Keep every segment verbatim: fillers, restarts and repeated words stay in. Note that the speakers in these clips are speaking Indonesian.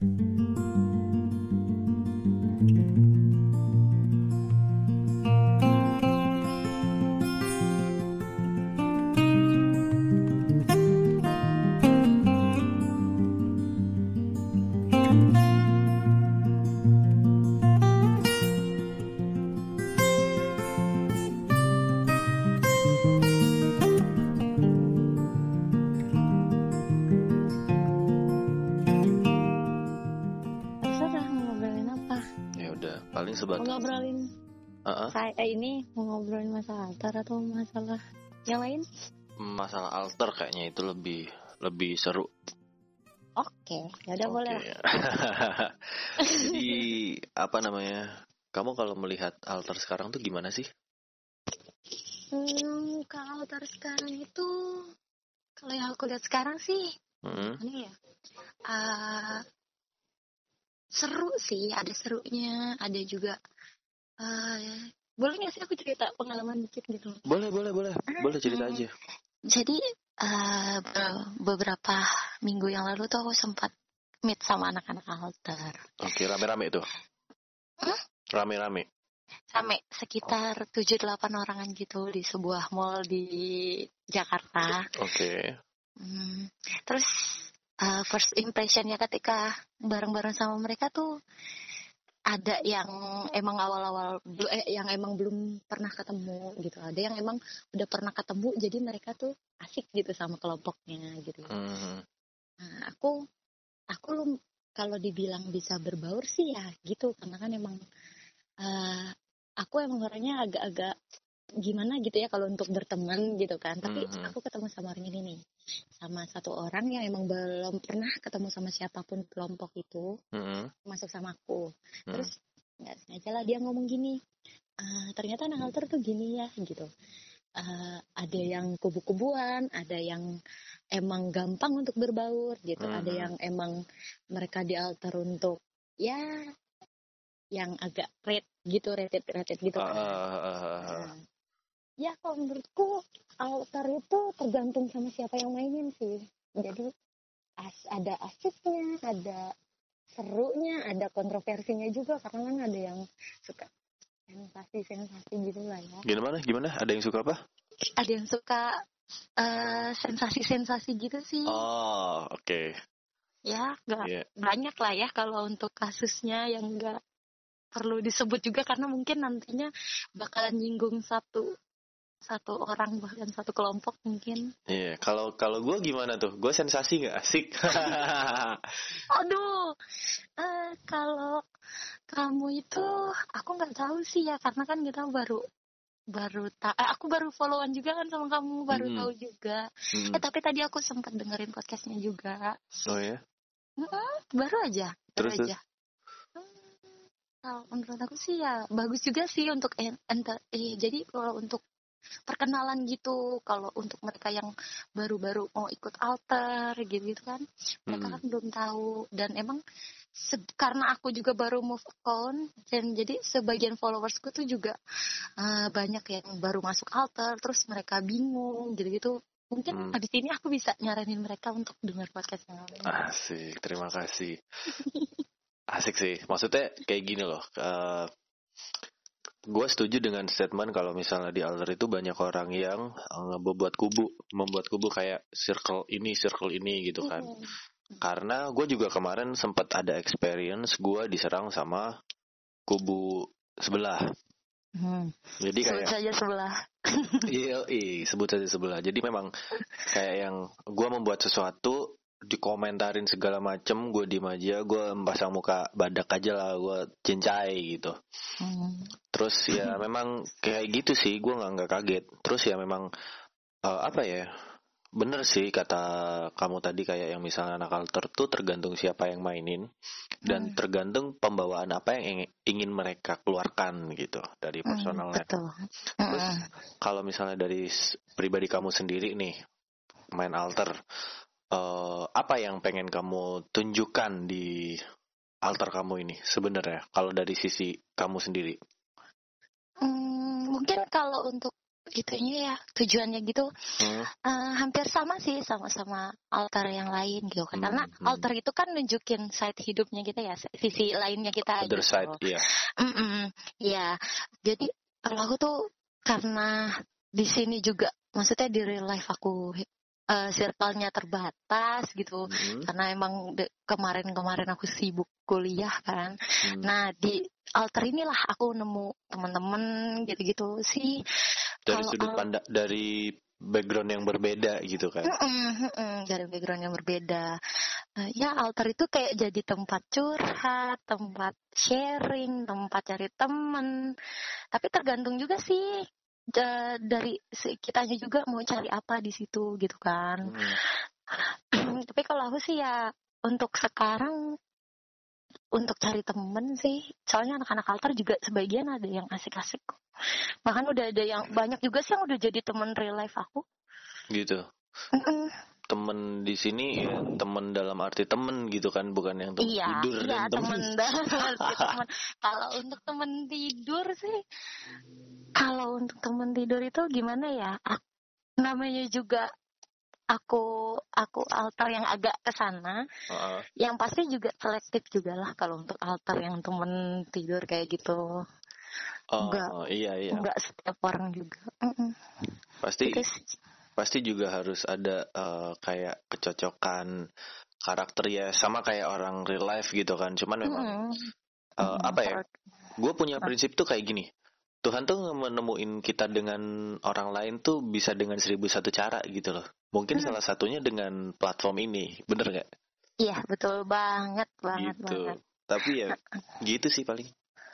Terserah mau ngobrolin apa. Ya udah, paling sebatas. Mau ngobrolin Uh-uh. saya eh, ini mau ngobrolin masalah altar atau masalah yang lain? Masalah alter kayaknya itu lebih lebih seru. Oke, ya udah boleh lah. Jadi apa namanya? Kamu kalau melihat alter sekarang tuh gimana sih? Hmm, kalau altar sekarang itu, kalau yang aku lihat sekarang sih, Hmm. ini ya, uh, seru sih, ada serunya, ada juga. Uh, boleh nggak sih aku cerita pengalaman dikit gitu? Boleh, boleh, boleh, boleh cerita Hmm, aja. Jadi uh, be- beberapa minggu yang lalu tuh aku sempat meet sama anak-anak altar. Oke, rame-rame tuh. Hmm? Rame-rame. Sampai sekitar tujuh delapan orangan gitu di sebuah mall di Jakarta. Oke. Hmm, Terus uh, first impressionnya ketika bareng-bareng sama mereka tuh ada yang emang awal-awal bel- eh, yang emang belum pernah ketemu gitu, ada yang emang udah pernah ketemu, jadi mereka tuh asik gitu sama kelompoknya gitu. Hmm. Nah, aku aku lum- kalau dibilang bisa berbaur sih ya gitu, karena kan emang uh, aku emang orangnya agak-agak gimana gitu ya kalau untuk berteman gitu kan, tapi Mhm. aku ketemu sama orang ini nih, sama satu orang yang emang belum pernah ketemu sama siapapun kelompok itu, Mhm. masuk sama aku. Mhm. Terus nggak sengaja lah dia ngomong gini, "Ah, ternyata anak alter tuh gini ya gitu. Ah, ada yang kubu-kubuan, ada yang emang gampang untuk berbaur gitu, ada Mhm. yang emang mereka di alter untuk ya yang agak red gitu, rated rated gitu Ah, kan." ah, ah, ah, ah. Nah, ya kalau menurutku altar itu tergantung sama siapa yang mainin sih. Jadi as- ada asiknya, ada serunya, ada kontroversinya juga, karena kan ada yang suka sensasi-sensasi gitu lah ya. Gimana? Gimana? Ada yang suka apa? Ada yang suka eh, sensasi-sensasi gitu sih. Oh, oke. Ya, nggak Iya. banyak lah ya kalau untuk kasusnya yang nggak perlu disebut juga, karena mungkin nantinya bakalan nyinggung satu satu orang, bahkan satu kelompok mungkin. Iya, kalau kalau gue gimana tuh? Gue sensasi nggak asik? Aduh, eh, kalau kamu itu aku nggak tahu sih ya, karena kan kita baru baru ta eh, aku baru followan juga kan sama kamu, baru Mm-mm. tahu juga. Mm-mm. Eh tapi tadi aku sempat dengerin podcastnya juga. Oh ya? Mm-mm, baru aja, baru Terus terus? aja. Hmm, Kalau menurut aku sih ya bagus juga sih untuk en- enter eh, jadi kalau untuk perkenalan gitu, kalau untuk mereka yang baru-baru mau ikut alter gitu-gitu kan, mereka Mm-mm. kan belum tahu, dan emang se- karena aku juga baru move account, dan jadi sebagian followersku tuh juga eh, banyak yang baru masuk alter, terus mereka bingung gitu-gitu. Mungkin Mm. habis ini aku bisa nyaranin mereka untuk dengar podcast yang lain. Asik, terima kasih. Asik sih. Maksudnya kayak gini loh. Uh, gue setuju dengan statement kalau misalnya di alter itu banyak orang yang uh, membuat kubu, membuat kubu kayak circle ini, circle ini gitu kan. Hmm. Karena gue juga kemarin sempat ada experience gue diserang sama kubu sebelah. Hmm. Jadi Sebut kayak saja sebelah. iya, iya, sebut saja sebelah. Jadi memang kayak yang gue membuat sesuatu dikomentarin segala macem, gue diem aja, gue pasang muka badak aja lah, gue cincai gitu. Hmm. Terus ya memang kayak gitu sih, gue nggak nggak kaget. Terus ya memang uh, apa ya? Bener sih kata kamu tadi, kayak yang misalnya anak alter tuh tergantung siapa yang mainin dan Hmm. tergantung pembawaan apa yang ingin, ingin mereka keluarkan gitu dari Hmm, personalnya. betul. Terus Hmm. kalau misalnya dari s- pribadi kamu sendiri nih main alter, uh, apa yang pengen kamu tunjukkan di alter kamu ini sebenarnya kalau dari sisi kamu sendiri? Hmm, mungkin kalau untuk itunya ya tujuannya gitu Hmm. eh, hampir sama sih sama-sama altar yang lain gitu kan. Hmm, Karena hmm. altar itu kan nunjukin side hidupnya kita ya, sisi lainnya kita Other gitu. side, iya. Mm-mm. Ya, jadi kalau aku tuh karena di sini juga, maksudnya di real life aku eh, circle-nya terbatas gitu, Hmm. karena emang de- kemarin-kemarin aku sibuk kuliah kan. Hmm. Nah di altar inilah aku nemu teman-teman gitu-gitu sih. Dari Kalau sudut al- pandang, dari background yang berbeda gitu kan. Mm-mm, mm-mm, dari background yang berbeda. Eh, ya altar itu kayak jadi tempat curhat, tempat sharing, tempat cari teman. Tapi tergantung juga sih ja- dari si- kitanya juga mau cari apa di situ gitu kan. Hmm. Tapi kalau aku sih ya untuk sekarang untuk cari temen sih, soalnya anak-anak altar juga sebagian ada yang asik-asik kok. Bahkan udah ada yang banyak juga sih yang udah jadi temen real life aku. Gitu. Mm-mm. Temen di sini ya temen dalam arti temen gitu kan, bukan yang temen Iya, tidur iya dan temen. temen dalam arti temen. Kalau untuk temen tidur sih, kalau untuk temen tidur itu gimana ya? Ak- namanya juga aku aku altar yang agak kesana, Uh-uh. yang pasti juga selektif juga lah kalau untuk altar yang temen tidur kayak gitu. Oh, Enggak, oh, iya iya. enggak setiap orang juga. Mm-mm. Pasti Gitu sih. pasti juga harus ada eh, kayak kecocokan karakter ya, sama kayak orang real life gitu kan. Cuman memang Mm-mm. eh, Mm-mm. apa ya? Per- Gue punya prinsip tuh kayak gini. Tuhan tuh menemuin kita dengan orang lain tuh bisa dengan seribu satu cara gitu loh. Mungkin Hmm. salah satunya dengan platform ini, bener nggak? Iya, betul banget, banget, Gitu. banget. Tapi ya gitu sih paling.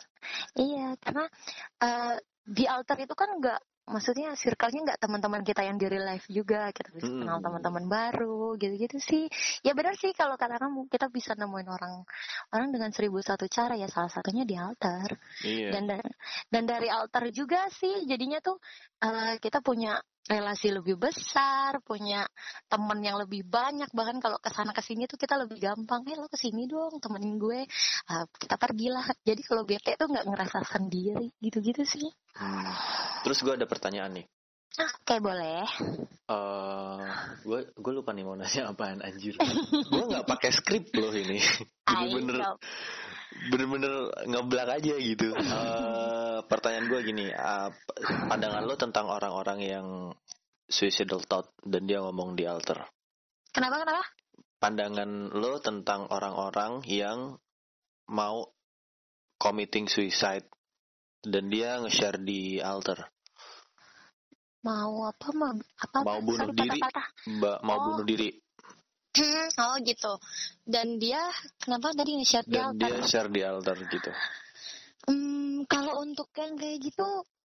Iya, karena eh, di altar itu kan enggak, maksudnya circle-nya enggak teman-teman kita yang di real life juga, kita bisa Hmm. kenal teman-teman baru, gitu-gitu sih. Ya benar sih kalau kata kamu, kita bisa nemuin orang orang dengan seribu satu cara ya, salah satunya di altar. Iya. Dan da- dan dari altar juga sih jadinya tuh eh, kita punya relasi lebih besar, punya temen yang lebih banyak, bahkan kalau kesana kesini tuh kita lebih gampang, eh lo kesini dong temenin gue. Ah, kita pergilah. Jadi kalau bete tuh nggak ngerasa sendiri gitu-gitu sih. Hmm. Terus gue ada pertanyaan nih. Ah, oke boleh. Eh, gue gue lupa nih mau nanya apaan anjir. Gue nggak pakai skrip loh ini. Bener-bener Ayo. bener-bener ngeblak aja gitu. Eh, pertanyaan gue gini, uh, pandangan lo tentang orang-orang yang suicidal thought dan dia ngomong di altar. Kenapa kenapa? Pandangan lo tentang orang-orang yang mau committing suicide dan dia nge-share di altar. Mau apa? Mau apa? Mau bunuh Sorry, diri, patah-patah. Mbak, mau Oh. bunuh diri. Hmm, oh gitu. Dan dia kenapa tadi nge-share di Dan altar? dia share di altar gitu. Hmm, kalau untuk yang kayak gitu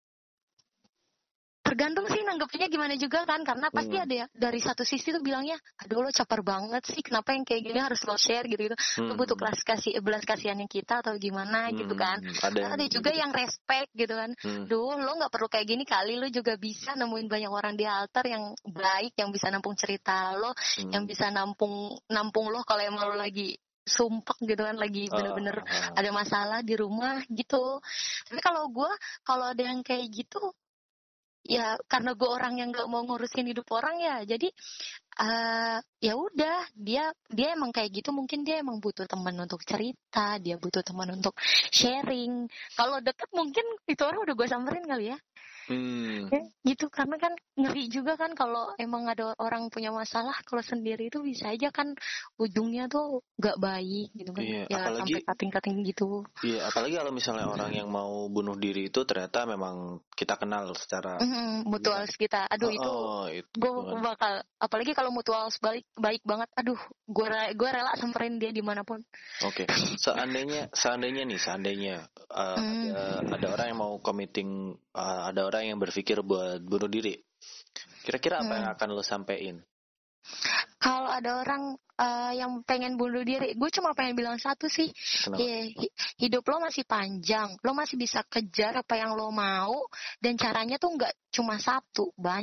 tergantung sih nanggepnya gimana juga kan, karena pasti Hmm. ada ya dari satu sisi tuh bilangnya aduh lo caper banget sih, kenapa yang kayak gini harus lo share gitu gitu, lo Hmm. butuh kelas kasih belas kasihannya kita atau gimana gitu kan. Hmm, ada yang Ada juga gitu. yang respect gitu kan. Hmm. Duh lo nggak perlu kayak gini kali, lo juga bisa nemuin banyak orang di altar yang baik, yang bisa nampung cerita lo, Hmm. yang bisa nampung nampung lo kalau emang lo lagi sumpek gitu kan, lagi bener-bener Ah, ada masalah di rumah gitu. Tapi kalau gue, kalau ada yang kayak gitu, ya karena gue orang yang nggak mau ngurusin hidup orang ya, jadi eh ya udah, dia dia emang kayak gitu, mungkin dia emang butuh teman untuk cerita, dia butuh teman untuk sharing. Kalau deket mungkin itu orang udah gue samperin kali ya. hmm. Ya, gitu, karena kan ngeri juga kan kalau emang ada orang punya masalah, kalau sendiri itu bisa aja kan ujungnya tuh nggak baik gitu kan. Iya, Ya apalagi sampai kating-kating gitu. iya, apalagi kalau misalnya orang yang mau bunuh diri itu ternyata memang kita kenal secara Mm, mutuals kita, aduh itu oh, itu gue kan. bakal, apalagi kalau mutuals balik baik banget, aduh gue gue rela samperin dia dimanapun. Oke, seandainya seandainya nih seandainya uh, Hmm. ada ada orang yang mau committing, uh, ada orang yang berpikir buat bunuh diri. Kira-kira apa Hmm. yang akan lo sampein? Kalau ada orang eh, yang pengen bunuh diri, gue cuma pengen bilang satu sih, Kenapa? ya, hi- hidup lo masih panjang, lo masih bisa kejar apa yang lo mau, dan caranya tuh nggak cuma satu, banyak.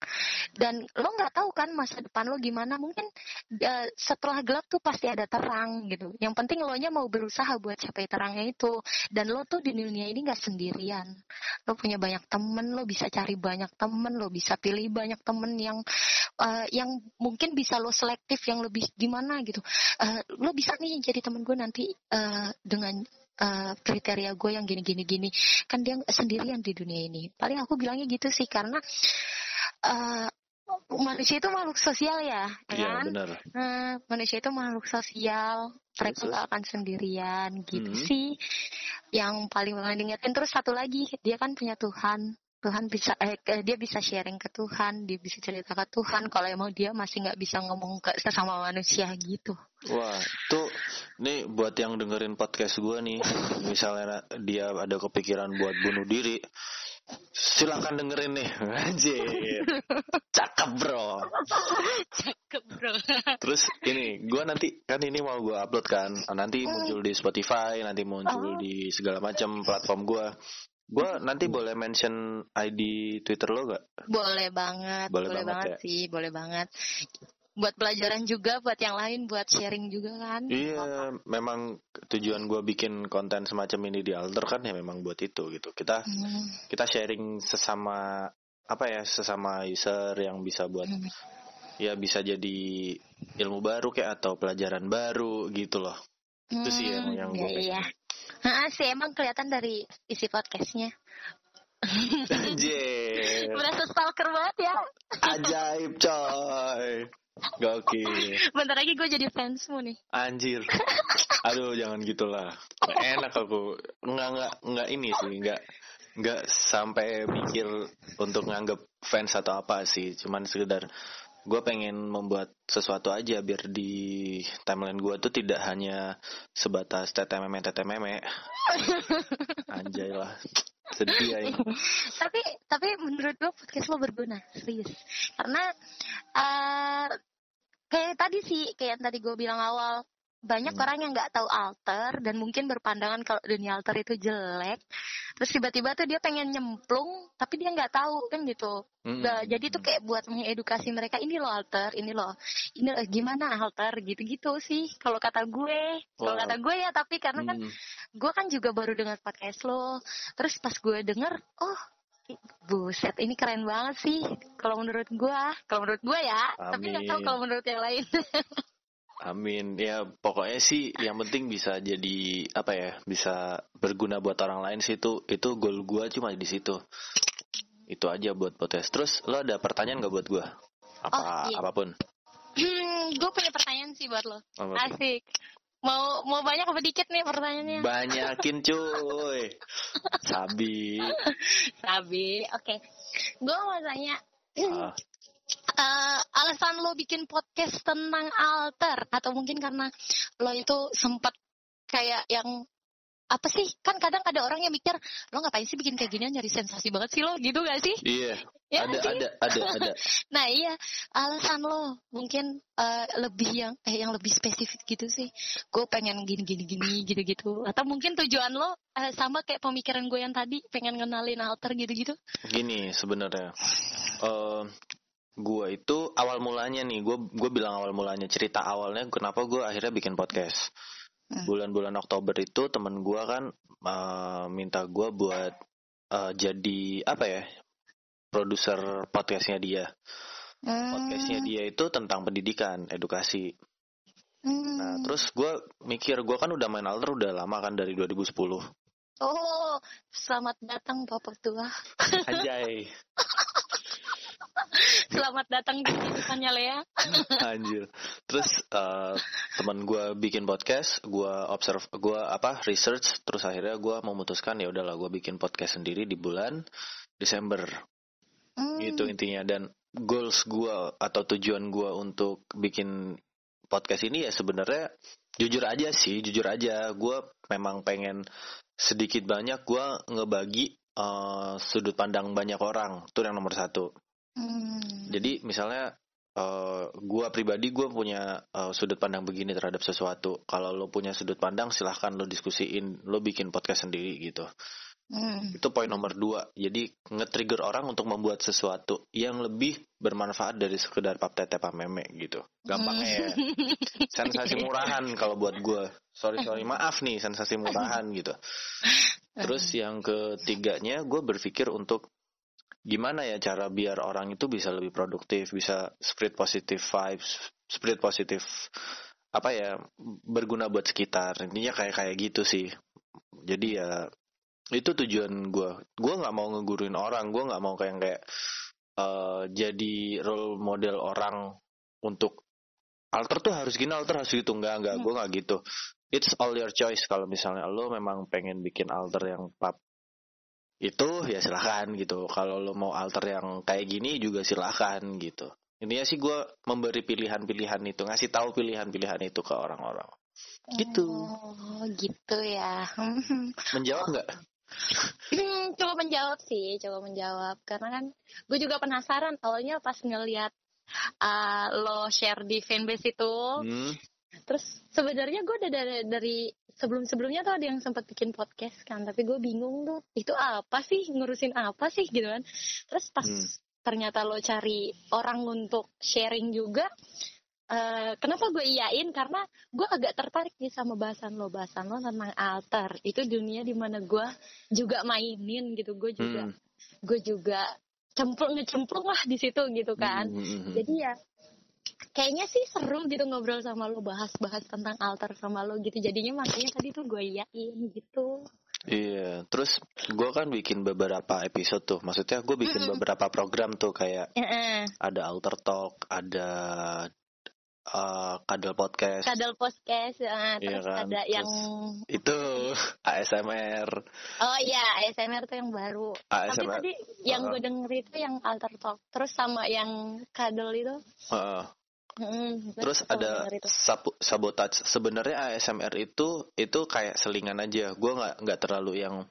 Dan lo nggak tahu kan masa depan lo gimana. Mungkin uh, setelah gelap tuh pasti ada terang gitu. Yang penting lo nya mau berusaha buat capai terangnya itu. Dan lo tuh di dunia ini nggak sendirian. Lo punya banyak temen, lo bisa cari banyak temen, lo bisa pilih banyak temen yang uh, yang mungkin bisa lo selektif yang lebih gimana gitu. Uh, lo bisa nih jadi temen gue nanti uh, dengan uh, kriteria gue yang gini-gini gini. Kan dia sendirian di dunia ini. Paling aku bilangnya gitu sih, karena uh, manusia itu makhluk sosial ya, Iya, kan? benar. Nah, manusia itu makhluk sosial, mereka Terus? nggak akan sendirian, gitu Hmm. sih. Yang paling paling diingetin. Terus satu lagi, dia kan punya Tuhan. Tuhan bisa, eh, dia bisa sharing ke Tuhan, dia bisa cerita ke Tuhan. Kalau emang dia masih nggak bisa ngomong ke sesama manusia gitu. Wah, tuh nih buat yang dengerin podcast gue nih, misalnya dia ada kepikiran buat bunuh diri, silakan dengerin nih, anjir, cakep bro. Cakep bro. Terus ini, gue nanti kan ini mau gue upload kan, nanti muncul di Spotify, nanti muncul Oh. di segala macam platform gue. Gue nanti boleh mention I D Twitter lo gak? Boleh banget, Boleh boleh, banget banget ya? sih, boleh banget. Buat pelajaran juga, buat yang lain, buat sharing juga kan. Iya, memang tujuan gue bikin konten semacam ini di Alter kan ya memang buat itu gitu. Kita Hmm. kita sharing sesama apa ya, sesama user yang bisa buat Hmm. ya bisa jadi ilmu baru kayak atau pelajaran baru gitu loh. Itu sih yang yang gue Iya, pengen. iya. Nah, sih emang kelihatan dari isi podcastnya. Anjir, Berasa stalker banget ya. ajaib coy, gokil. Bentar lagi gue jadi fansmu nih. Anjir, aduh jangan gitulah. Nggak enak aku, nggak nggak nggak ini sih, nggak nggak sampai mikir untuk nganggap fans atau apa sih. Cuman sekedar gue pengen membuat sesuatu aja biar di timeline gue tuh tidak hanya sebatas tete meme tete meme. Anjay lah, sedih ya ini. tapi tapi menurut gue podcast lo berguna, serius. Karena uh, kayak tadi sih, kayak yang tadi gue bilang awal, banyak Hmm. orang yang nggak tahu alter dan mungkin berpandangan kalau dunia alter itu jelek. Terus tiba-tiba tuh dia pengen nyemplung, tapi dia nggak tahu kan gitu. Hmm. Nah, jadi tuh kayak buat mengedukasi mereka, ini loh alter, ini loh, ini loh, gimana alter, gitu-gitu sih. Kalau kata gue, kalau Wow. kata gue ya, tapi karena kan Hmm. gue kan juga baru dengar podcast lo. Terus pas gue denger, oh buset, ini keren banget sih. Kalau menurut gue, kalau menurut gue ya, tapi nggak tahu Amin. kalau menurut yang lain. Amin. Ya pokoknya sih yang penting bisa jadi apa ya, bisa berguna buat orang lain sih, itu itu goal gua cuma di situ. Itu aja buat podcast. Terus lo ada pertanyaan nggak buat gua? Apa Oh, iya. apapun? Hmm, gue punya pertanyaan sih buat lo. Apa tuh? Asik. Mau mau banyak apa dikit nih pertanyaannya? Banyakin cuy. Sabi. Sabi. Oke. Gue mau tanya. Ah, eh, alasan lo bikin podcast tentang alter, atau mungkin karena lo itu sempat kayak yang apa sih, kan kadang ada orang yang mikir lo ngapain sih bikin kayak ginian, nyari sensasi banget sih lo, gitu gak sih? iya. Ya ada, sih? ada ada ada. Nah iya, alasan lo mungkin eh, lebih yang eh yang lebih spesifik gitu sih. Gue pengen gini gini gini gitu gitu. Atau mungkin tujuan lo eh, sama kayak pemikiran gue yang tadi, pengen ngenalin alter gitu gitu. Gini sebenarnya. Eh gua itu awal mulanya nih, gua gua bilang awal mulanya, cerita awalnya kenapa gua akhirnya bikin podcast. Hmm. Bulan-bulan Oktober itu temen gua kan uh, minta gua buat uh, jadi apa ya, produser podcastnya dia. Hmm. Podcastnya dia itu tentang pendidikan, edukasi. Hmm. Nah terus gua mikir, gua kan udah main alter udah lama kan, dari dua ribu sepuluh. Oh, selamat datang Bapak Tua. Anjay. Selamat datang di kehidupannya Lea. Anjir. Terus uh, teman gue bikin podcast, gue observe, gue apa research, terus akhirnya gue memutuskan ya udahlah gue bikin podcast sendiri di bulan Desember. Hmm. Itu intinya. Dan goals gue atau tujuan gue untuk bikin podcast ini ya sebenarnya jujur aja sih, jujur aja gue memang pengen sedikit banyak gue ngebagi uh, sudut pandang banyak orang, itu yang nomor satu. Hmm. Jadi misalnya uh, gue pribadi gue punya uh, sudut pandang begini terhadap sesuatu. Kalau lo punya sudut pandang silahkan lo diskusiin, lo bikin podcast sendiri gitu. Hmm. Itu poin nomor dua. Jadi nge-trigger orang untuk membuat sesuatu yang lebih bermanfaat dari sekedar pap tete pap meme gitu. Gampangnya ya. Sensasi murahan kalau buat gue. Sorry sorry maaf nih, sensasi murahan gitu. Terus yang ketiganya gue berpikir untuk gimana ya cara biar orang itu bisa lebih produktif, bisa spread positive vibes, spread positif apa ya, berguna buat sekitar. Intinya kayak kayak gitu sih. Jadi ya itu tujuan gue. Gue nggak mau ngeguruin orang, gue nggak mau kayak kayak uh, jadi role model orang untuk alter tuh harus gini, alter harus gitu. Enggak, enggak, gue nggak gitu. It's all your choice. Kalau misalnya lo memang pengen bikin alter yang pap itu ya silahkan gitu. Kalau lo mau alter yang kayak gini juga silahkan gitu. Intinya sih gue memberi pilihan-pilihan itu, ngasih tahu pilihan-pilihan itu ke orang-orang. Gitu. Oh, gitu ya. Menjawab nggak? Hmm, coba menjawab sih, coba menjawab. Karena kan gue juga penasaran awalnya pas ngelihat uh, lo share di fanbase itu. Hmm. Terus sebenarnya gue udah dari, dari sebelum-sebelumnya tuh ada yang sempat bikin podcast kan, tapi gue bingung tuh itu apa sih, ngurusin apa sih gitu kan. Terus pas hmm. ternyata lo cari orang untuk sharing juga. Uh, kenapa gue iyain? Karena gue agak tertarik nih sama bahasan lo, bahasan lo tentang alter. Itu dunia dimana gue juga mainin gitu, gue juga, hmm. gue juga cemplung ngecemplung lah di situ gitu kan. Hmm. Jadi ya kayaknya sih seru gitu ngobrol sama lo, bahas-bahas tentang alter sama lo gitu. Jadinya makanya tadi tuh gue iyain gitu. Iya, terus gue kan bikin beberapa episode tuh. Maksudnya gue bikin mm-mm. beberapa program tuh kayak uh-uh. ada Alter Talk, ada Uh, kadal podcast, kadal podcast, uh, terus kan? ada terus yang itu A S M R. Oh iya, A S M R tuh yang baru. A S M R. Tapi tadi yang uh, gue denger itu yang Alter Talk, terus sama yang kadal itu. Uh, hmm, terus ada sab- sabotage. Sebenarnya A S M R itu itu kayak selingan aja. Gue nggak nggak terlalu yang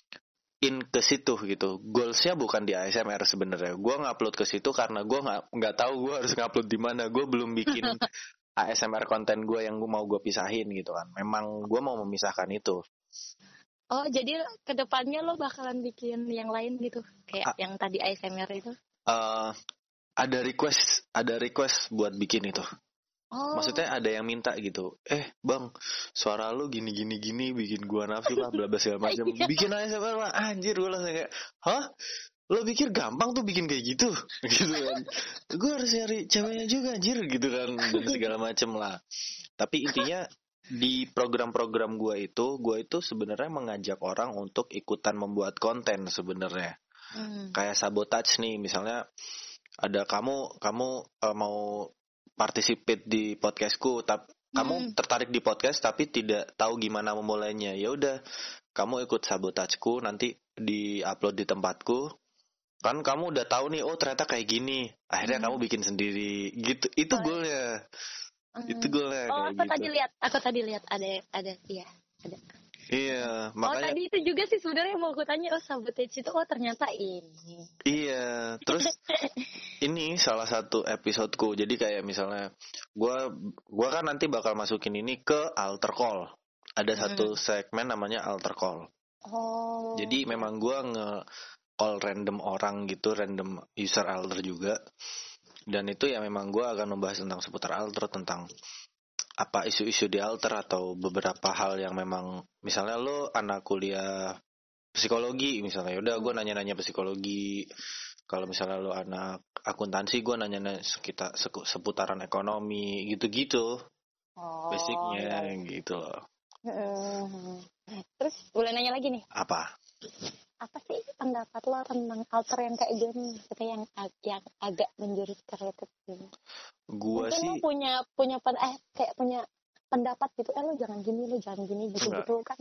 in ke situ gitu. Goalsnya bukan di A S M R sebenarnya. Gue ngupload ke situ karena gue nggak nggak tahu gue harus ngupload di mana. Gue belum bikin A S M R konten gue yang gue mau gue pisahin gitu kan. Memang gue mau memisahkan itu. Oh, jadi kedepannya lo bakalan bikin yang lain gitu, kayak A- yang tadi A S M R itu? Uh, ada request, ada request buat bikin itu. Oh. Maksudnya ada yang minta gitu, eh bang, suara lu gini gini gini bikin gua nafsu lah, bla bla segala macam. Bikin A S M R lah, anjir gua langsung kayak, hah? Lo pikir gampang tuh bikin kayak gitu, gitu kan? Gua harus nyari ceweknya juga anjir gitu kan, dan segala macam lah. Tapi intinya di program-program gua itu, gua itu sebenarnya mengajak orang untuk ikutan membuat konten sebenarnya. Hmm. Kayak sabotage nih, misalnya ada kamu, kamu uh, mau participate di podcastku, tapi hmm. kamu tertarik di podcast tapi tidak tahu gimana memulainya. Ya udah, kamu ikut sabotageku, nanti di-upload di tempatku. Kan kamu udah tahu nih, oh ternyata kayak gini. Akhirnya hmm. kamu bikin sendiri. Gitu. Itu oh, goalnya. Hmm. Itu goalnya. Oh, aku gitu. tadi lihat, aku tadi lihat ada ada iya, ada. Iya, makanya. Oh, tadi itu juga sih sebenarnya mau aku tanya, oh sabotage itu oh ternyata ini. Iya, terus ini salah satu episodeku. Jadi kayak misalnya gua gua kan nanti bakal masukin ini ke Alter Call. Ada hmm. satu segmen namanya Alter Call. Oh. Jadi memang gua nge-call random orang gitu, random user Alter juga. Dan itu ya memang gua akan membahas tentang seputar Alter, tentang apa isu-isu di alter atau beberapa hal yang memang misalnya lo anak kuliah psikologi misalnya, udah gue nanya-nanya psikologi. Kalau misalnya lo anak akuntansi, gue nanya-nanya sekitar seputaran ekonomi gitu-gitu. Oh, basicnya ya. Gitu loh. Uh, terus boleh nanya lagi nih? Apa? Apa sih pendapat lo tentang alter yang kayak gini, maksudnya yang, yang agak menjurus ke rated gitu? Gua mungkin sih lo punya punya eh kayak punya pendapat gitu, eh lo jangan gini, lo jangan gini gitu gitu kan.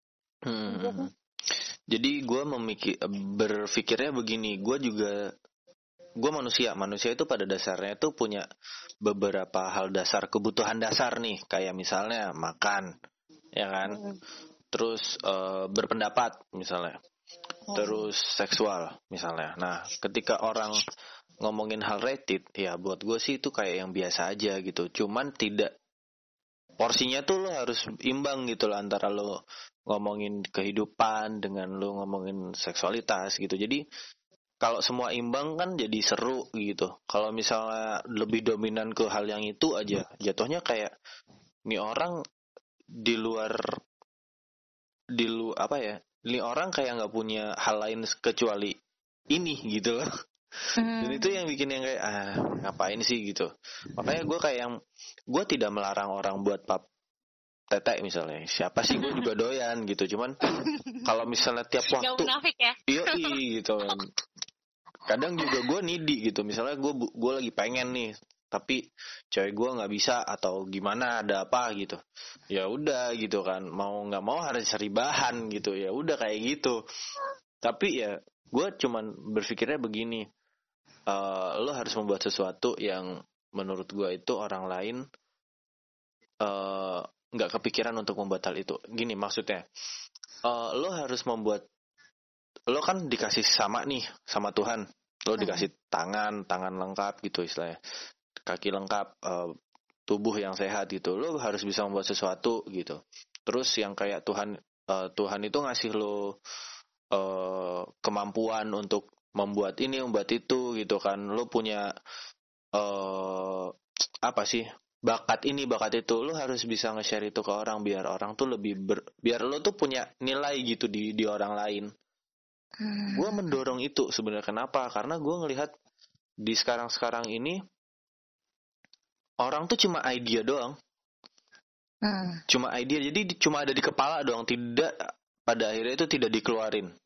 Hmm. Jadi gue memikir berpikirnya begini, gue juga gue manusia manusia itu pada dasarnya itu punya beberapa hal dasar, kebutuhan dasar nih, kayak misalnya makan, ya kan, hmm. terus uh, berpendapat misalnya, hmm. terus seksual misalnya. Nah, ketika orang ngomongin hal rated, ya buat gue sih itu kayak yang biasa aja gitu. Cuman tidak porsinya tuh lo harus imbang gitu loh, antara lo ngomongin kehidupan dengan lo ngomongin seksualitas gitu. Jadi kalau semua imbang kan jadi seru gitu. Kalau misalnya lebih dominan ke hal yang itu aja, jatuhnya kayak nih orang di luar di lu apa ya? Nih orang kayak nggak punya hal lain kecuali ini gitu loh. Dan itu yang bikin yang kayak ah ngapain sih gitu. Makanya gue kayak yang gue tidak melarang orang buat pap tetek misalnya. Siapa sih, gue juga doyan gitu. Cuman kalau misalnya tiap waktu Gak munafik ya. yoi gitu. Kadang juga gue needy gitu. Misalnya gue gue lagi pengen nih, tapi cewek gue nggak bisa atau gimana, ada apa gitu. Ya udah gitu kan. Mau nggak mau harus cari bahan gitu. Ya udah kayak gitu. Tapi ya gue cuman berpikirnya begini. Uh, lo harus membuat sesuatu yang menurut gue itu orang lain nggak uh, kepikiran untuk membuat hal itu. Gini maksudnya, uh, lo harus membuat, lo kan dikasih sama nih sama Tuhan, lo dikasih tangan tangan lengkap gitu istilahnya, kaki lengkap, uh, tubuh yang sehat gitu. Lo harus bisa membuat sesuatu gitu. Terus yang kayak Tuhan uh, Tuhan itu ngasih lo uh, kemampuan untuk membuat ini, membuat itu gitu kan. Lo punya uh, apa sih, bakat ini, bakat itu. Lo harus bisa nge-share itu ke orang biar orang tuh lebih ber, biar lo tuh punya nilai gitu di di orang lain. Hmm. Gue mendorong itu sebenarnya. Kenapa? Karena gue ngelihat di sekarang-sekarang ini orang tuh cuma idea doang. Hmm. Cuma idea, jadi cuma ada di kepala doang, tidak, pada akhirnya itu tidak dikeluarin.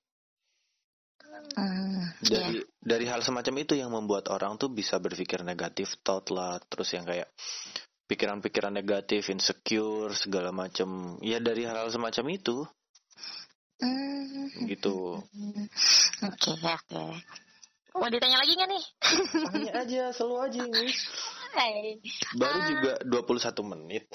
Hmm, dari yeah. dari hal semacam itu yang membuat orang tuh bisa berpikir negatif, thought lah, terus yang kayak pikiran-pikiran negatif, insecure segala macam. Ya dari hal-hal semacam itu. Hmm. Gitu. Oke, okay, oke. Okay. Mau ditanya lagi nggak nih? Tanya aja, selalu aja ini. Hai. Baru uh, juga dua puluh satu menit.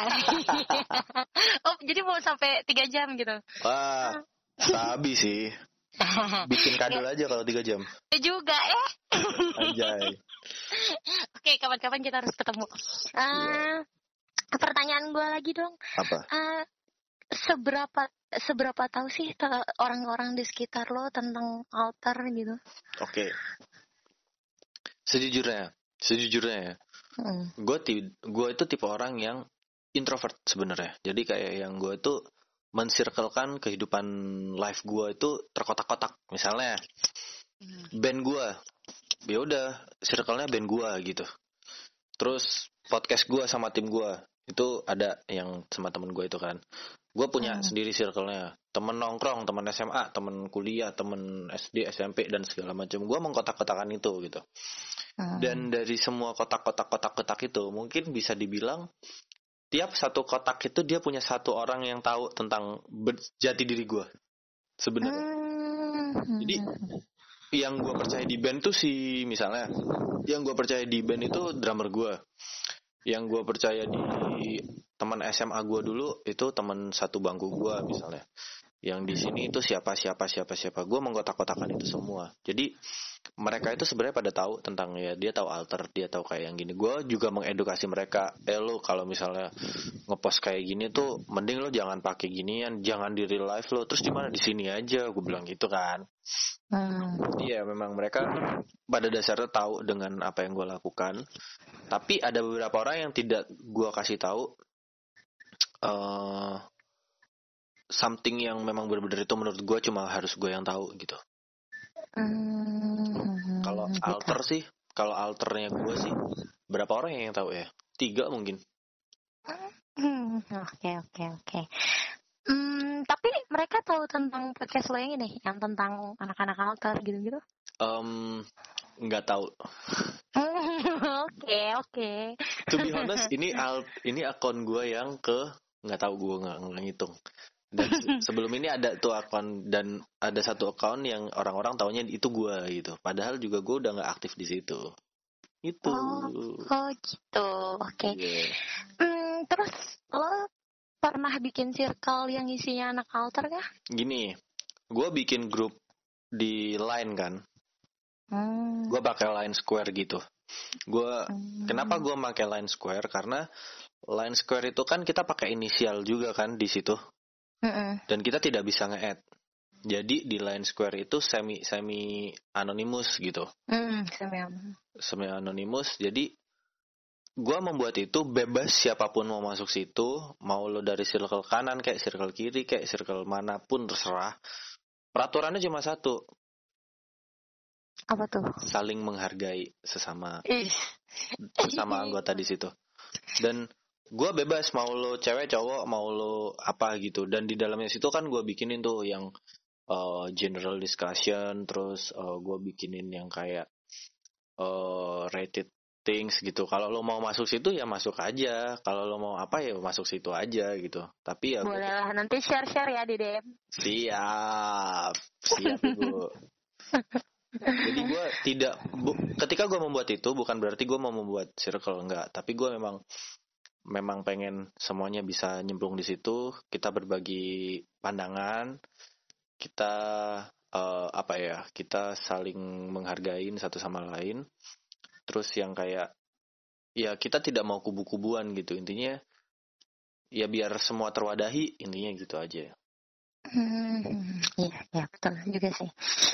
Oh, jadi mau sampai tiga jam gitu? Wah, sabi sih. Bikin kadul aja kalau tiga jam. Juga eh. Anjay. Oke, kapan-kapan kita harus ketemu. Uh, yeah. Pertanyaan gue lagi dong. Apa? Uh, seberapa seberapa tahu sih orang-orang di sekitar lo tentang altar gitu? Oke. Sejujurnya, sejujurnya ya. Hmm. Gue ti- gue itu tipe orang yang introvert sebenarnya. Jadi kayak yang gue tuh mencirkelkan kehidupan life gue itu terkotak-kotak. Misalnya hmm. band gue, ya udah circle-nya band gue gitu. Terus podcast gue sama tim gue itu ada yang sama temen gue itu kan. Gue punya hmm. sendiri circle-nya, temen nongkrong, temen S M A, temen kuliah, temen S D, S M P dan segala macam. Gue mengkotak-kotakan itu gitu. Hmm. Dan dari semua kotak-kotak-kotak-kotak itu mungkin bisa dibilang tiap satu kotak itu dia punya satu orang yang tahu tentang jati diri gue sebenarnya. Hmm. Jadi yang gue percaya di band tuh si misalnya, yang gue percaya di band itu drummer gue, yang gue percaya di teman S M A gue dulu itu teman satu bangku gue misalnya, yang di sini itu siapa siapa siapa siapa. Gue mengkotak-kotakan itu semua. Jadi mereka itu sebenarnya pada tahu tentang, ya dia tahu alter, dia tahu kayak yang gini. Gue juga mengedukasi mereka. Eh lo kalau misalnya ngepost kayak gini tuh mending lo jangan pakai ginian, jangan di real life lo. Terus di mana, di sini aja. Gue bilang gitu kan. Iya hmm. memang mereka pada dasarnya tahu dengan apa yang gue lakukan. Tapi ada beberapa orang yang tidak gue kasih tahu uh, something yang memang benar-benar itu menurut gue cuma harus gue yang tahu gitu. Hmm, kalau gitu. Alter sih, kalau alternya gue sih, berapa orang yang tahu ya? Tiga mungkin. Oke oke oke. Hmm, tapi mereka tahu tentang podcast lo yang ini, yang tentang anak-anak alter gitu-gitu? Um, nggak tahu. Oke oke. To be honest, ini alt, ini akun gue yang ke nggak tahu, gue nggak ngitung. Dan sebelum ini ada tuh akun, dan ada satu akun yang orang-orang taunya itu gue gitu. Padahal juga gue udah nggak aktif di situ. Itu. Oh, oh gitu. Oke. Okay. Yeah. Hmm, terus lo pernah bikin circle yang isinya anak alter kah? Gini, gue bikin grup di Line kan. Hmm. Gue pakai Line Square gitu. Gue hmm. kenapa gue pakai Line Square? Karena Line Square itu kan kita pakai inisial juga kan di situ. Mm-mm. Dan kita tidak bisa nge-add. Jadi di Line Square itu semi semi anonymous gitu. Mm, semi aman. Semi anonymous. Jadi gua membuat itu bebas siapapun mau masuk situ, mau lo dari circle kanan kayak circle kiri kayak circle manapun terserah. Peraturannya cuma satu, Apa tuh? saling menghargai sesama Ih. sesama anggota di situ. Dan gua bebas mau lo cewek cowok mau lo apa gitu. Dan di dalamnya situ kan gua bikinin tuh yang uh, general discussion, terus uh, gua bikinin yang kayak uh, rated things gitu. Kalau lo mau masuk situ ya masuk aja. Kalau lo mau apa ya masuk situ aja gitu. Tapi ya Boleh lah, nanti share-share ya di D M. siap, siap bu. Jadi gue tidak, bu, ketika gue membuat itu bukan berarti gue mau membuat circle, enggak. Tapi gue memang memang pengen semuanya bisa nyemplung di situ. Kita berbagi pandangan, kita uh, apa ya, kita saling menghargain satu sama lain. Terus yang kayak ya kita tidak mau kubu-kubuan gitu. Intinya ya biar semua terwadahi, intinya gitu aja. Hmm, iya, ya betul juga sih.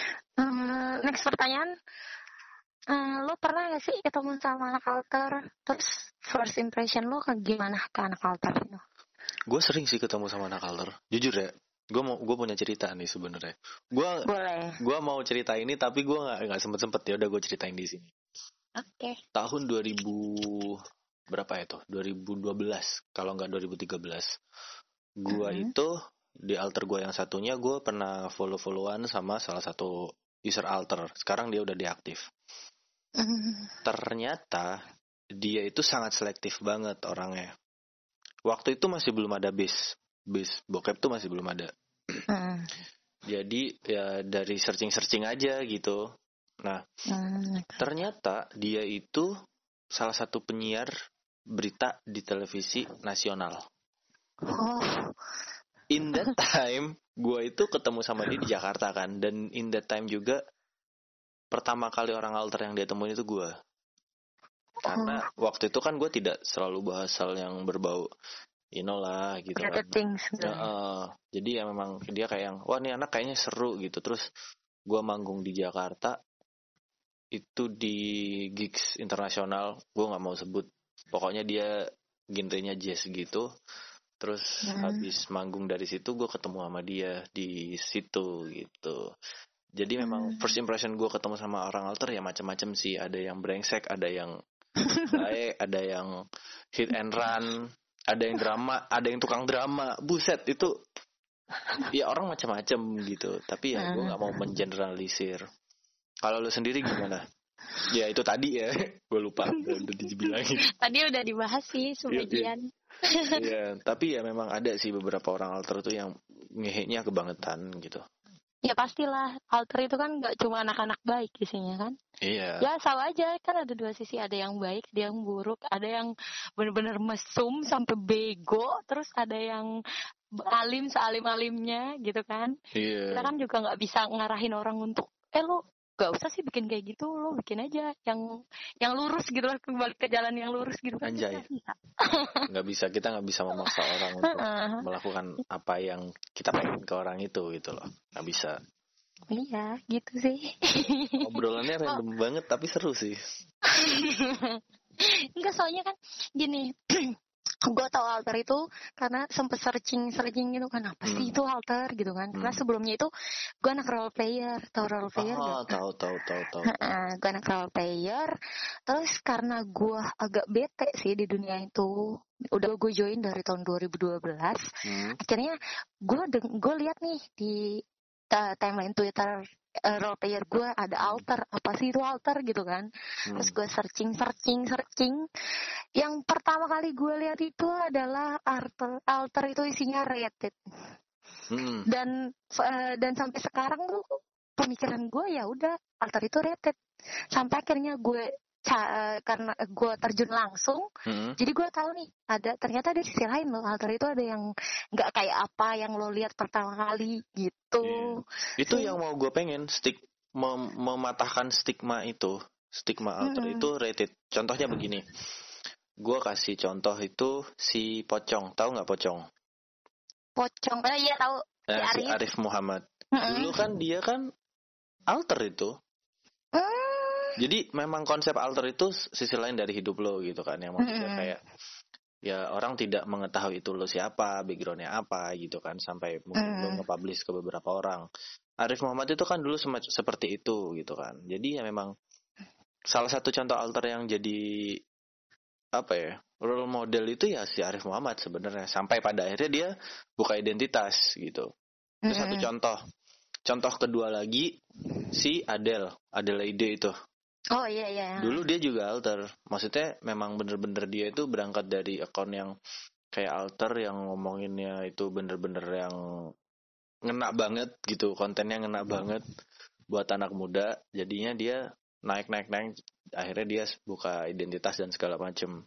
Uh, next pertanyaan, uh, lo pernah gak sih ketemu sama anak alter? Terus first impression lo kayak gimana ke anak alter itu? Gue sering sih ketemu sama anak alter, jujur ya. Gue mau, gue punya cerita nih sebenarnya. Gue, gue mau cerita ini tapi gue nggak nggak sempet sempet ya udah gue ceritain di sini. Oke. Okay. Tahun dua ribu berapa ya tuh? dua ribu dua belas kalau nggak dua ribu tiga belas. Gue mm-hmm. itu di alter gue yang satunya gue pernah follow-followan sama salah satu user alter. Sekarang dia udah deaktif. Mm. Ternyata dia itu sangat selektif banget orangnya. Waktu itu masih belum ada base, base bokep tuh masih belum ada. Mm. Jadi ya dari searching-searching aja gitu. Nah, mm. ternyata dia itu salah satu penyiar berita di televisi nasional. Oh. In that time, gue itu ketemu sama dia di Jakarta kan. Dan in that time juga, pertama kali orang alter yang dia temuin itu gue. Karena oh. waktu itu kan gue tidak selalu bahas hal yang berbau, you know lah gitu kan. Nah, uh, jadi ya memang dia kayak yang, wah nih anak kayaknya seru gitu. Terus gue manggung di Jakarta, itu di gigs internasional, gue gak mau sebut. Pokoknya dia genrenya jazz gitu. Terus hmm. habis manggung dari situ gue ketemu sama dia di situ gitu. Jadi memang hmm. first impression gue ketemu sama orang alter ya macam-macam sih. Ada yang brengsek, ada yang baik, ada yang hit and run, ada yang drama, ada yang tukang drama. Buset itu ya orang macam-macam gitu. Tapi ya gue nggak mau mengeneralisir. Kalau lu sendiri gimana? Ya itu tadi ya, gue lupa udah, udah dibilangin. Tadi udah dibahas sih sebagian. Iya, tapi ya memang ada sih beberapa orang alter tuh yang ngeheknya kebangetan gitu. Ya pastilah, alter itu kan nggak cuma anak-anak baik isinya kan. Iya. Ya sama aja, kan ada dua sisi, ada yang baik, ada yang buruk, ada yang benar-benar mesum sampai bego, terus ada yang alim sealim-alimnya gitu kan. Iya. Kita kan juga nggak bisa ngarahin orang untuk, eh lo gak usah sih bikin kayak gitu, lo bikin aja yang yang lurus gitu lah, kembali ke jalan yang lurus gitu kan. Anjay. Nggak bisa, kita nggak bisa memaksa orang untuk melakukan apa yang kita pengen ke orang itu gitu loh, nggak bisa. Iya gitu sih. Obrolannya random oh. banget tapi seru sih. Enggak, soalnya kan gini. Gue tau alter itu karena sempet searching-searching gitu kan, apa sih hmm. itu alter gitu kan. Karena hmm. sebelumnya itu gue anak role player, tau role player oh, gak? Tahu tahu tahu tahu. Gue anak role player. Terus karena gue agak bete sih di dunia itu, udah gue join dari tahun dua ribu dua belas. Hmm. Akhirnya gue gue lihat nih di uh, timeline Twitter uh, role player gue ada alter, apa sih itu alter gitu kan. Hmm. Terus gue searching searching searching. Yang pertama kali gue lihat itu adalah alter, alter itu isinya rated. Hmm. Dan uh, dan sampai sekarang tuh pemikiran gue ya udah alter itu rated. Sampai akhirnya gue ca- karena gue terjun langsung, hmm. jadi gue tahu nih ada ternyata ada sisi lain loh, alter itu ada yang nggak kayak apa yang lo lihat pertama kali gitu. Yeah. Itu so, yang mau gue pengen stik mem- mematahkan stigma itu, stigma alter hmm. itu rated. Contohnya begini. gue kasih contoh itu si Pocong, tahu nggak Pocong? Pocong, eh iya tahu. Si Eh, si Arif. Arif Muhammad. Mm-mm. Dulu kan dia kan alter itu. Mm. Jadi memang konsep alter itu sisi lain dari hidup lo gitu kan, yang maksudnya Mm-mm. kayak ya orang tidak mengetahui itu lo siapa, backgroundnya apa gitu kan, sampai mungkin lo Mm. nge-publish ke beberapa orang. Arif Muhammad itu kan dulu sema- seperti itu gitu kan. Jadi ya memang salah satu contoh alter yang jadi apa ya, role model itu ya si Arif Muhammad sebenarnya, sampai pada akhirnya dia buka identitas gitu. Itu satu Mm-mm. contoh. Contoh kedua lagi si Adele, Adelaide itu. Oh iya iya. Dulu dia juga alter. Maksudnya memang bener-bener dia itu berangkat dari akun yang kayak alter yang ngomonginnya itu bener-bener yang ngena banget gitu, kontennya ngena banget buat anak muda. Jadinya dia naik-naik-naik, akhirnya dia buka identitas dan segala macem.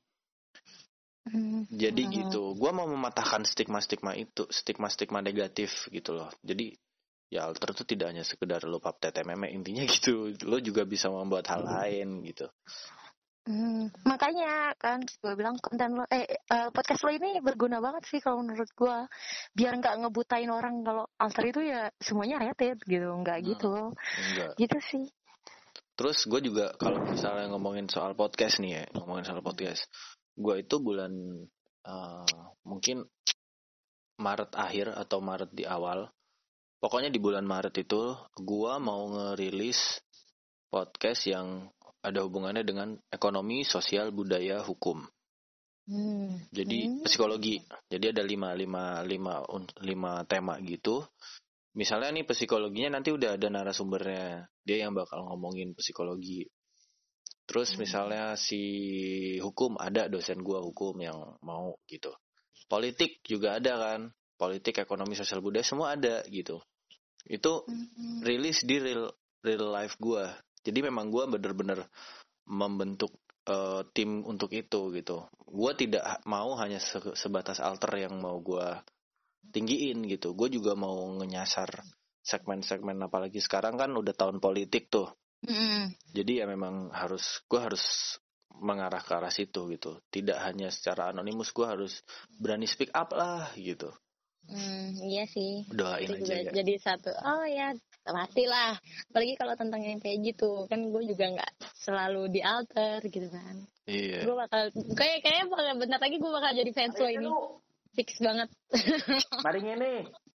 Mm. Jadi Mm. gitu, gue mau mematahkan stigma-stigma itu, stigma-stigma negatif gitu loh. Jadi ya alter itu tidak hanya sekedar lo pap tete meme, intinya gitu. Lo juga bisa membuat hal lain gitu. Hmm, makanya kan gue bilang konten lo eh eh, podcast lo ini berguna banget sih kalau menurut gue, biar nggak ngebutain orang kalau alter itu ya semuanya rated gitu, nggak Hmm, gitu enggak. gitu sih. Terus gue juga kalau misalnya ngomongin soal podcast nih ya, ngomongin soal podcast, gue itu bulan uh, mungkin Maret akhir atau Maret di awal, pokoknya di bulan Maret itu gue mau ngerilis podcast yang ada hubungannya dengan ekonomi, sosial, budaya, hukum. Hmm. Jadi Hmm. psikologi. Jadi ada lima lima lima un- lima tema gitu. Misalnya nih psikologinya nanti udah ada narasumbernya, dia yang bakal ngomongin psikologi. Terus misalnya si hukum, ada dosen gua hukum yang mau gitu. Politik juga ada kan, politik, ekonomi, sosial, budaya semua ada gitu. Itu Hmm. rilis di real real life gua. Jadi memang gua bener-bener membentuk uh, tim untuk itu gitu. Gua tidak mau hanya se- sebatas alter yang mau gua tinggiin gitu. Gue juga mau ngenyasar segmen-segmen, apalagi sekarang kan udah tahun politik tuh. Hmm. Jadi ya memang harus, gue harus mengarah ke arah situ gitu. Tidak hanya secara anonimus, gue harus berani speak up lah gitu. Hmm, iya sih. Doain Itu aja juga ya. jadi satu. Oh ya, pastilah. Apalagi kalau tentang yang kayak gitu, kan gue juga nggak selalu di alter gitu kan. Iya. Gue bakal kayak kayak bakal bentar lagi gue bakal jadi fans lo ini. Fix banget. Mari ngene.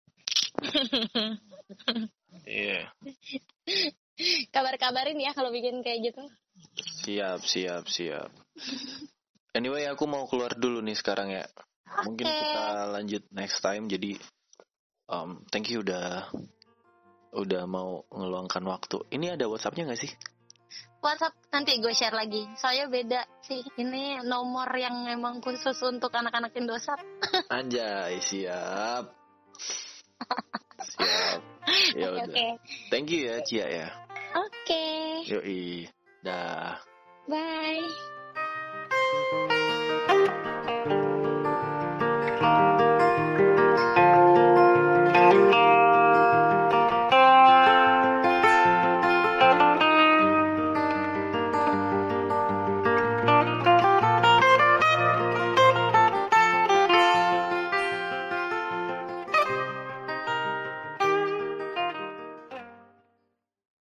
Iya. Kabar-kabarin ya kalau bikin kayak gitu. Siap, siap, siap. Anyway, aku mau keluar dulu nih sekarang ya. Mungkin Oke. kita lanjut next time. Jadi um, thank you udah udah mau ngeluangkan waktu. Ini ada WhatsApp-nya nggak sih? WhatsApp nanti gue share lagi. Soalnya beda sih. Ini nomor yang emang khusus untuk anak-anak Indosat. Anjay, siap. Siap. Ya Oke udah. oke. Thank you ya, Cia ya. Oke. Yoi. Dah. Bye.